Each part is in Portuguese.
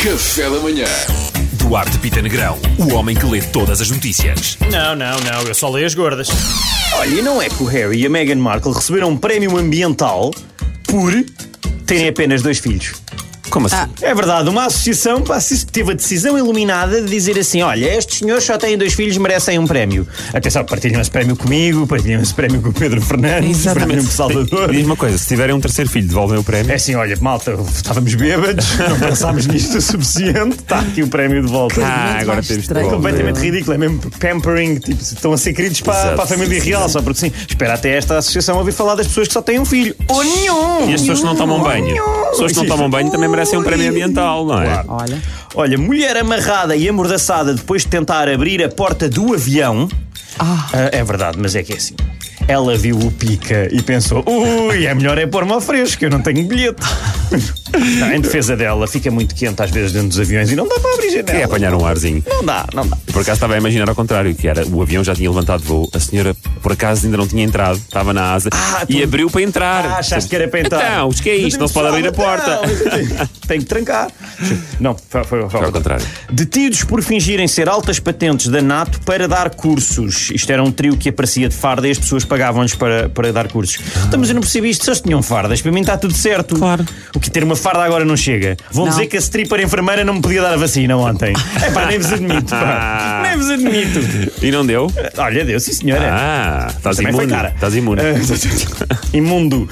Café da Manhã. Duarte Pita Negrão, o homem que lê todas as notícias. Não, eu só leio as gordas. Olha, e não é que o Harry e a Meghan Markle receberam um prémio ambiental por terem apenas 2 filhos? Como assim? É verdade, uma associação teve a decisão iluminada de dizer assim: olha, estes senhores só têm 2 filhos, merecem um prémio. Atenção, partilham esse prémio comigo, partilham esse prémio com o Pedro Fernandes, partilham com o Salvador. Diz uma coisa, se tiverem um terceiro filho, devolvem o prémio? É assim, olha, malta, estávamos bêbados, não pensámos nisto o suficiente, está aqui o prémio de volta. Agora temos de É completamente ridículo, é mesmo pampering, tipo, estão a ser queridos para a família real, só porque sim. Espera até esta associação ouvir falar das pessoas que só têm um filho. Ou nenhum! E as pessoas que não tomam banho? As pessoas que não tomam banho também merecem um prémio ambiental, não é? Claro. Olha, mulher amarrada e amordaçada depois de tentar abrir a porta do avião. É verdade, mas é que é assim. Ela viu o pica e pensou: ui, é melhor pôr-me ao fresco, eu não tenho bilhete. Não, em defesa dela, fica muito quente às vezes dentro dos aviões e não dá para abrir janela. É apanhar um arzinho. Não dá. Por acaso estava a imaginar ao contrário, que era o avião já tinha levantado voo, a senhora por acaso ainda não tinha entrado, estava na asa e abriu para entrar. Achaste que era para entrar? Então, o que é isto? Não se pode abrir a porta. Tem que trancar. Não, foi ao contrário. Detidos por fingirem ser altas patentes da NATO para dar cursos. Isto era um trio que aparecia de farda e as pessoas pagavam-lhes para dar cursos. Então, mas eu não percebi isto. Se eles tinham fardas, para mim está tudo certo. Claro. O que ter uma farda agora não chega. Vão dizer que a stripper enfermeira não me podia dar a vacina ontem. Nem vos admito, pá. Nem vos admito. E não deu? Olha, deu, sim senhora. Estás Também imune. foi cara. Estás imune. Imundo.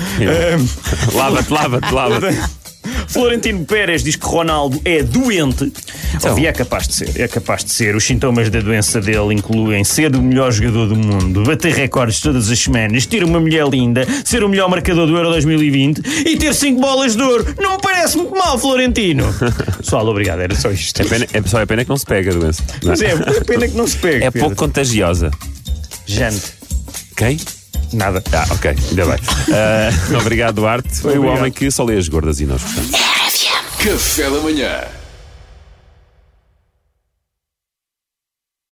Lava-te. Florentino Pérez diz que Ronaldo é doente. É capaz de ser. Os sintomas da doença dele incluem ser o melhor jogador do mundo, bater recordes todas as semanas, ter uma mulher linda, ser o melhor marcador do Euro 2020 e ter 5 bolas de ouro. Não me parece muito mal, Florentino. Pessoal, obrigado, era só isto. É pena que não se pega a doença. Mas é pena que não se pegue. É pouco contagiosa. Jante. Quem? Nada. Ok, ainda bem. Obrigado, Duarte. Foi o homem que só lê as gordas e nós gostamos. Café da Manhã.